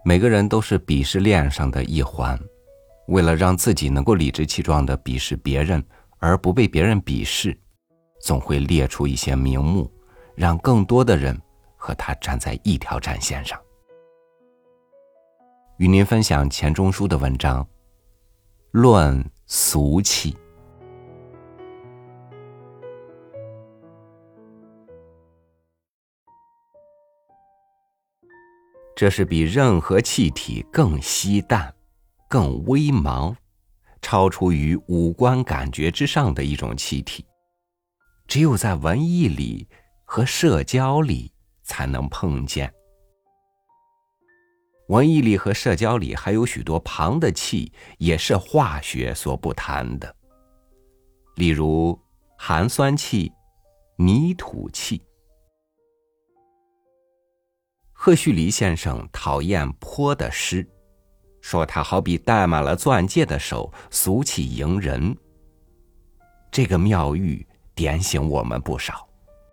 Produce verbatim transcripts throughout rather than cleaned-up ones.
每个人都是鄙视链上的一环，为了让自己能够理直气壮地鄙视别人，而不被别人鄙视，总会列出一些名目，让更多的人和他站在一条战线上。与您分享钱钟书的文章《论俗气》。这是比任何气体更稀淡、更微茫，超出于五官感觉之上的一种气体，只有在文艺里和社交里才能碰见。文艺里和社交里还有许多旁的气，也是化学所不谈的，例如含酸气、泥土气。赫胥黎先生讨厌坡的诗，说他好比戴满了钻戒的手，俗气迎人。这个妙喻点醒我们不少。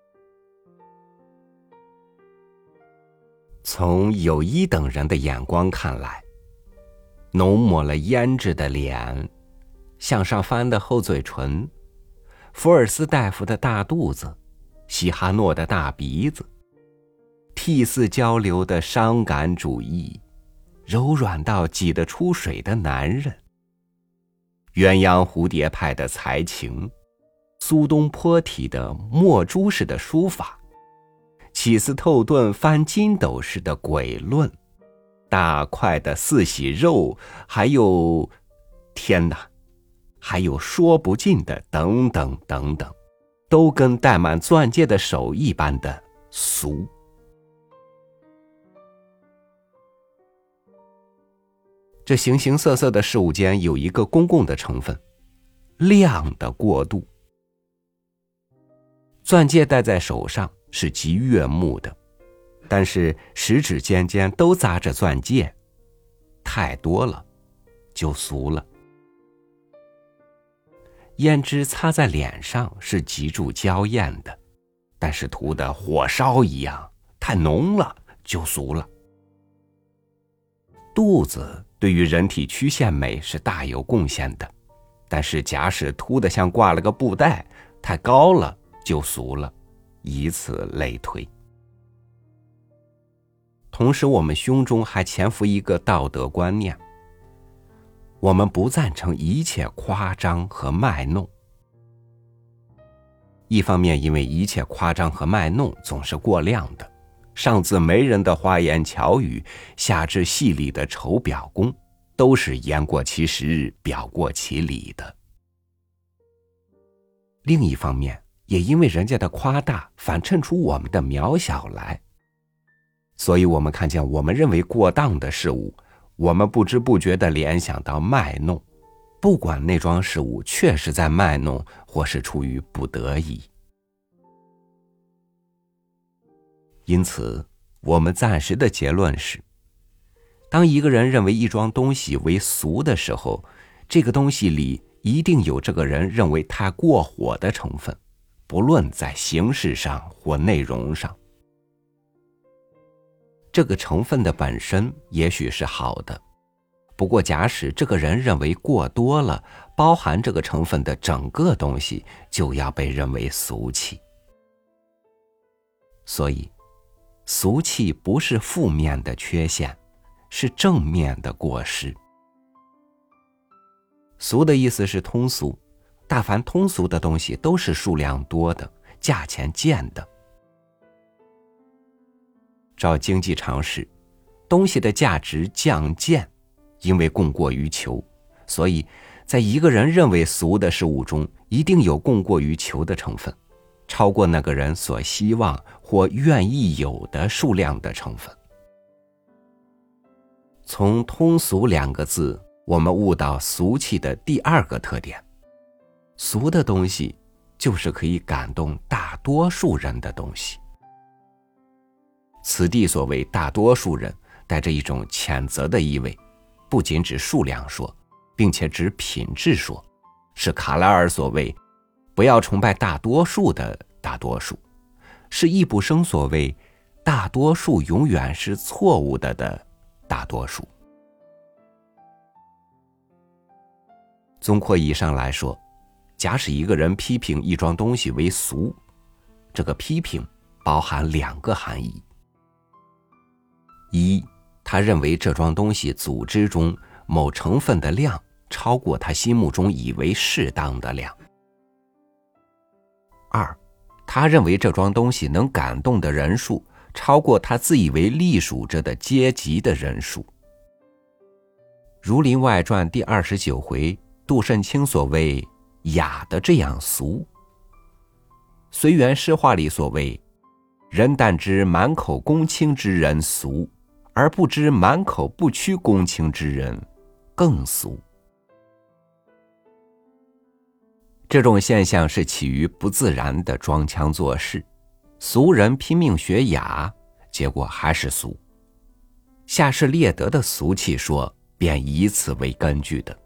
从有一等人的眼光看来，浓抹了胭脂的脸，向上翻的厚嘴唇，福尔斯大夫的大肚子，西哈诺的大鼻子，涕泗交流的伤感主义，柔软到挤得出水的男人，鸳鸯蝴蝶派的才情，苏东坡体的墨珠式的书法，起司透顿翻筋斗式的诡论，大块的四喜肉，还有天哪，还有说不尽的等等等等，都跟戴满钻戒的手一般的俗。这形形色色的事物间有一个公共的成分，量的过度。钻戒戴在手上是极悦目的，但是食指尖尖都扎着钻戒，太多了就俗了。胭脂擦在脸上是极助娇艳的，但是涂得火烧一样，太浓了就俗了。肚子对于人体曲线美是大有贡献的，但是假使凸得像挂了个布袋，太高了就俗了，以此类推。同时我们胸中还潜伏一个道德观念，我们不赞成一切夸张和卖弄。一方面因为一切夸张和卖弄总是过量的，上自媒人的花言巧语，下至戏里的丑表功，都是言过其实，表过其理的。另一方面也因为人家的夸大反衬出我们的渺小来，所以我们看见我们认为过当的事物，我们不知不觉地联想到卖弄，不管那桩事物确实在卖弄，或是出于不得已。因此我们暂时的结论是，当一个人认为一桩东西为俗的时候，这个东西里一定有这个人认为太过火的成分，不论在形式上或内容上。这个成分的本身也许是好的，不过假使这个人认为过多了，包含这个成分的整个东西就要被认为俗气。所以俗气不是负面的缺陷，是正面的过失。俗的意思是通俗，大凡通俗的东西都是数量多的，价钱贱的。照经济常识，东西的价值降贱，因为供过于求，所以在一个人认为俗的事物中，一定有供过于求的成分，超过那个人所希望或愿意有的数量的成分。从通俗两个字，我们悟到俗气的第二个特点，俗的东西就是可以感动大多数人的东西。此地所谓大多数人，带着一种谴责的意味，不仅指数量说，并且指品质说，是卡莱尔所谓不要崇拜大多数的大多数，是易卜生所谓大多数永远是错误的的大多数。综括以上来说，假使一个人批评一桩东西为俗，这个批评包含两个含义：一，他认为这桩东西组织中某成分的量超过他心目中以为适当的量；二，他认为这桩东西能感动的人数超过他自以为隶属着的阶级的人数。《儒林外传》第二十九回，杜慎卿所谓雅的这样俗，随园诗话里所谓人但知满口公卿之人俗，而不知满口不屈公卿之人更俗。这种现象是起于不自然的装腔作势，俗人拼命学雅，结果还是俗。夏士列德的俗气说便以此为根据的。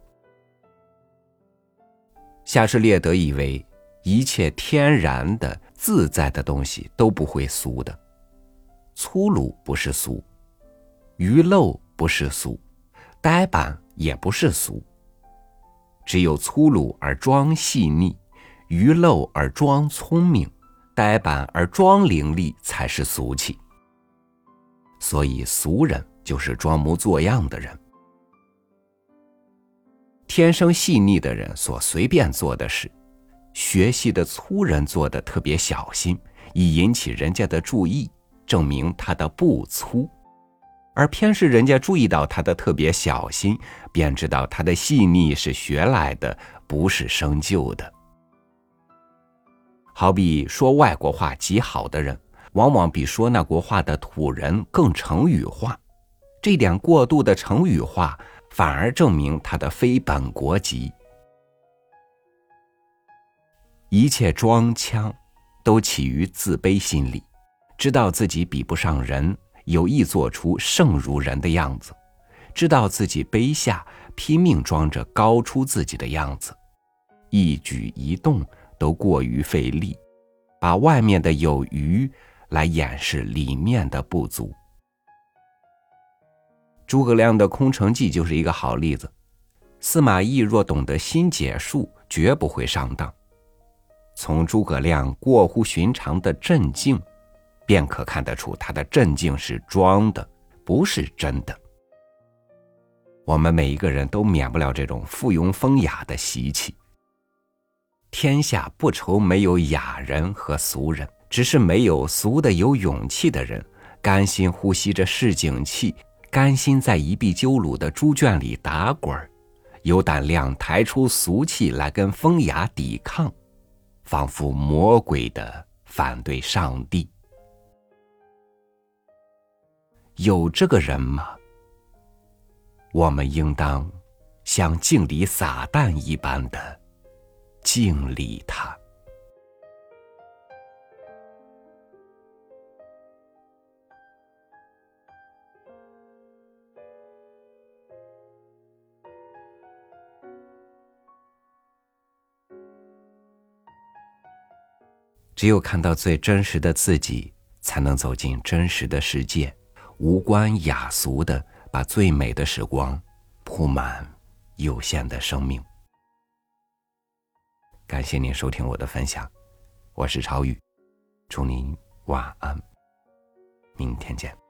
夏士列德以为一切天然的自在的东西都不会俗的，粗鲁不是俗，愚陋不是俗，呆板也不是俗，只有粗鲁而装细腻，愚陋而装聪明，呆板而装伶俐才是俗气。所以俗人就是装模作样的人。天生细腻的人所随便做的事，学习的粗人做的特别小心，以引起人家的注意，证明他的不粗。而偏是人家注意到他的特别小心，便知道他的细腻是学来的，不是生就的。好比说外国话极好的人，往往比说那国话的土人更成语化，这点过度的成语化反而证明他的非本国籍。一切装腔都起于自卑心理，知道自己比不上人，有意做出胜如人的样子，知道自己卑下，拼命装着高出自己的样子，一举一动都过于费力，把外面的有余来掩饰里面的不足。诸葛亮的空城计就是一个好例子。司马懿若懂得心解术，绝不会上当。从诸葛亮过乎寻常的镇静，便可看得出他的镇静是装的，不是真的。我们每一个人都免不了这种附庸风雅的习气。天下不愁没有雅人和俗人，只是没有俗的有勇气的人，甘心呼吸着市井气，甘心在一壁鸠鲁的猪圈里打滚，有胆量抬出俗气来跟风雅抵抗，仿佛魔鬼的反对上帝。有这个人吗？我们应当像敬礼撒旦一般的敬礼他。只有看到最真实的自己，才能走进真实的世界，无关雅俗的把最美的时光铺满有限的生命。感谢您收听我的分享，我是超宇，祝您晚安，明天见。